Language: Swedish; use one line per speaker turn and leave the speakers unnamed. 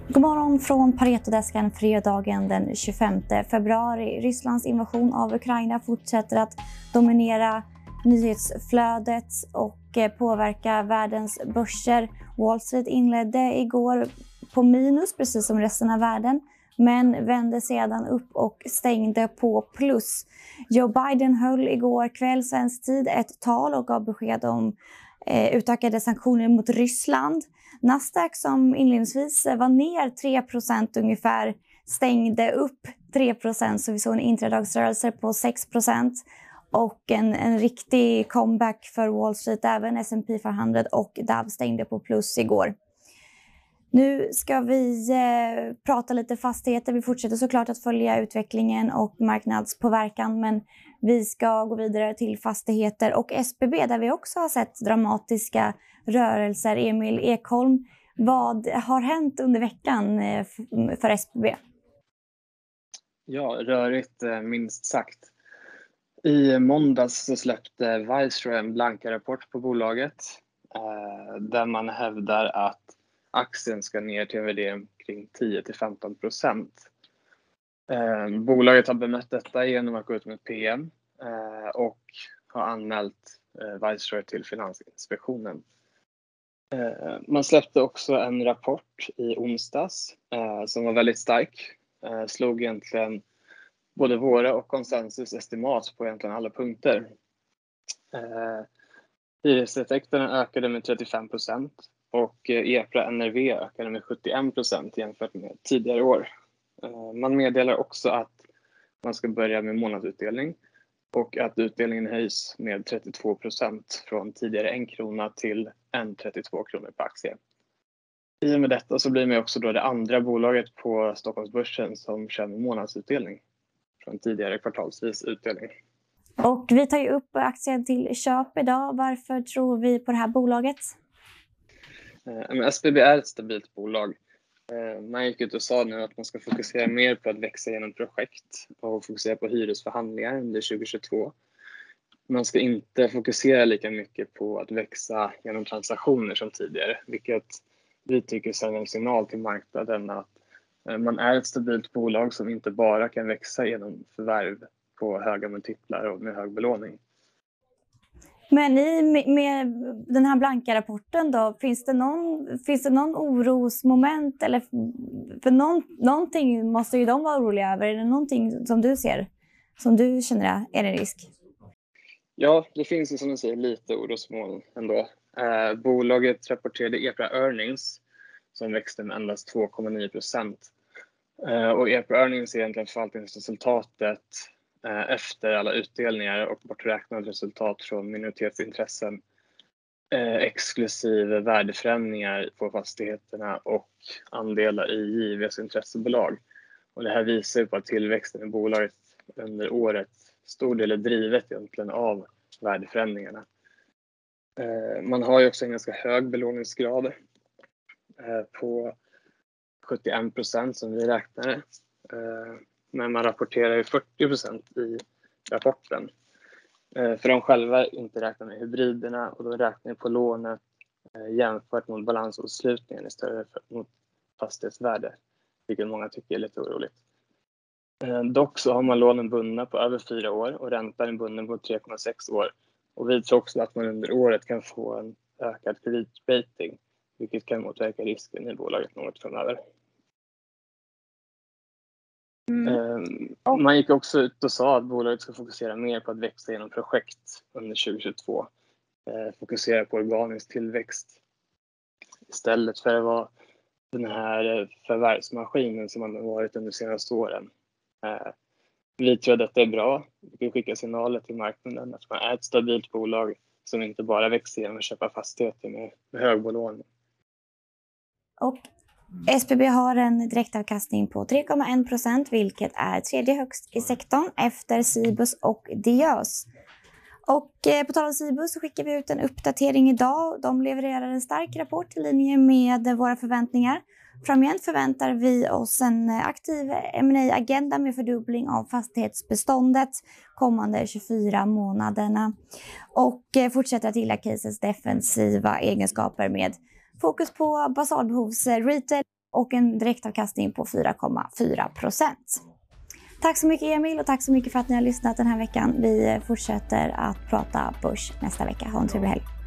God morgon från Paretodesken fredagen den 25 februari. Rysslands invasion av Ukraina fortsätter att dominera nyhetsflödet och påverka världens börser. Wall Street inledde igår på minus precis som resten av världen, men vände sedan upp och stängde på plus. Joe Biden höll igår kväll svensk tid ett tal och gav besked om utökade sanktioner mot Ryssland. Nasdaq som inledningsvis var ner 3% ungefär stängde upp 3%, så vi såg en intradagsrörelse på 6% och en riktig comeback för Wall Street. Även S&P 500 och Dow stängde på plus igår. Nu ska vi prata lite fastigheter. Vi fortsätter såklart att följa utvecklingen och marknadspåverkan, men vi ska gå vidare till fastigheter och SBB där vi också har sett dramatiska rörelser. Emil Ekholm, vad har hänt under veckan för SBB?
Ja, rörigt minst sagt. I måndags så släppte Viceroy en blanka-rapport på bolaget där man hävdar att aktien ska ner till en värdering kring 10-15%. Bolaget har bemött detta genom att gå ut med ett PM och har anmält Viceroy till Finansinspektionen. Man släppte också en rapport i onsdags som var väldigt stark. Slog egentligen både våra och konsensus estimat på egentligen alla punkter. Hyresintäkterna ökade med 35% och EPRA NRV ökade med 71% jämfört med tidigare år. Man meddelar också att man ska börja med månadsutdelning och att utdelningen höjs med 32% från tidigare 1 krona till 1,32 kronor per aktie. I och med detta så blir man också då det andra bolaget på Stockholmsbörsen som kör med månadsutdelning från tidigare kvartalsvis utdelning.
Och vi tar ju upp aktien till köp idag. Varför tror vi på det här bolaget?
SBB är ett stabilt bolag. Man gick ut och sa nu att man ska fokusera mer på att växa genom projekt och fokusera på hyresförhandlingar under 2022. Man ska inte fokusera lika mycket på att växa genom transaktioner som tidigare, vilket vi tycker sänder en signal till marknaden att man är ett stabilt bolag som inte bara kan växa genom förvärv på höga multiplar och med hög belåning.
Men med den här blanka rapporten då, finns det någon orosmoment eller för någonting måste ju de vara oroliga över? Är det någonting som du ser, som du känner är en risk?
Ja, det finns ju som du säger lite orosmoln ändå. Bolaget rapporterade EPRA earnings som växte med endast 2,9%. Och EPRA earnings är egentligen förvaltningsresultatet efter alla utdelningar och borträknat resultat från minoritetsintressen exklusive värdeförändringar på fastigheterna och andelar i JVs intressebolag. Och det här visar på att tillväxten i bolaget under året stor del är drivet egentligen av värdeförändringarna. Man har ju också en ganska hög belåningsgrad på 71% som vi räknade. Men man rapporterar ju 40% i rapporten. För de själva inte räknar med hybriderna och då räknar på lånet jämfört mot balansavslutningen istället för mot fastighetsvärde, vilket många tycker är lite oroligt. Dock så har man lånen bundna på över 4 år och räntan är bunden på 3,6 år. Och vi tror också att man under året kan få en ökad kreditrating, vilket kan motverka risken i bolaget något framöver. Man gick också ut och sa att bolaget ska fokusera mer på att växa genom projekt under 2022. Fokusera på organisk tillväxt istället för att vara den här förvärvsmaskinen som man har varit under de senaste åren. Vi tror att detta är bra. Vi kan skicka signaler till marknaden att man är ett stabilt bolag som inte bara växer genom att köpa fastigheter med hög belåning.
Och SBB har en direktavkastning på 3,1%, vilket är tredje högst i sektorn efter Cibus och Diös. Och på tal om Cibus så skickar vi ut en uppdatering idag. De levererar en stark rapport i linje med våra förväntningar. Framgent förväntar vi oss en aktiv M&A-agenda med fördubbling av fastighetsbeståndet kommande 24 månaderna. Och fortsätter att gilla Cases defensiva egenskaper med fokus på basalbehovs retail och en direktavkastning på 4,4%. Tack så mycket Emil och tack så mycket för att ni har lyssnat den här veckan. Vi fortsätter att prata börs nästa vecka. Ha en trevlig helg.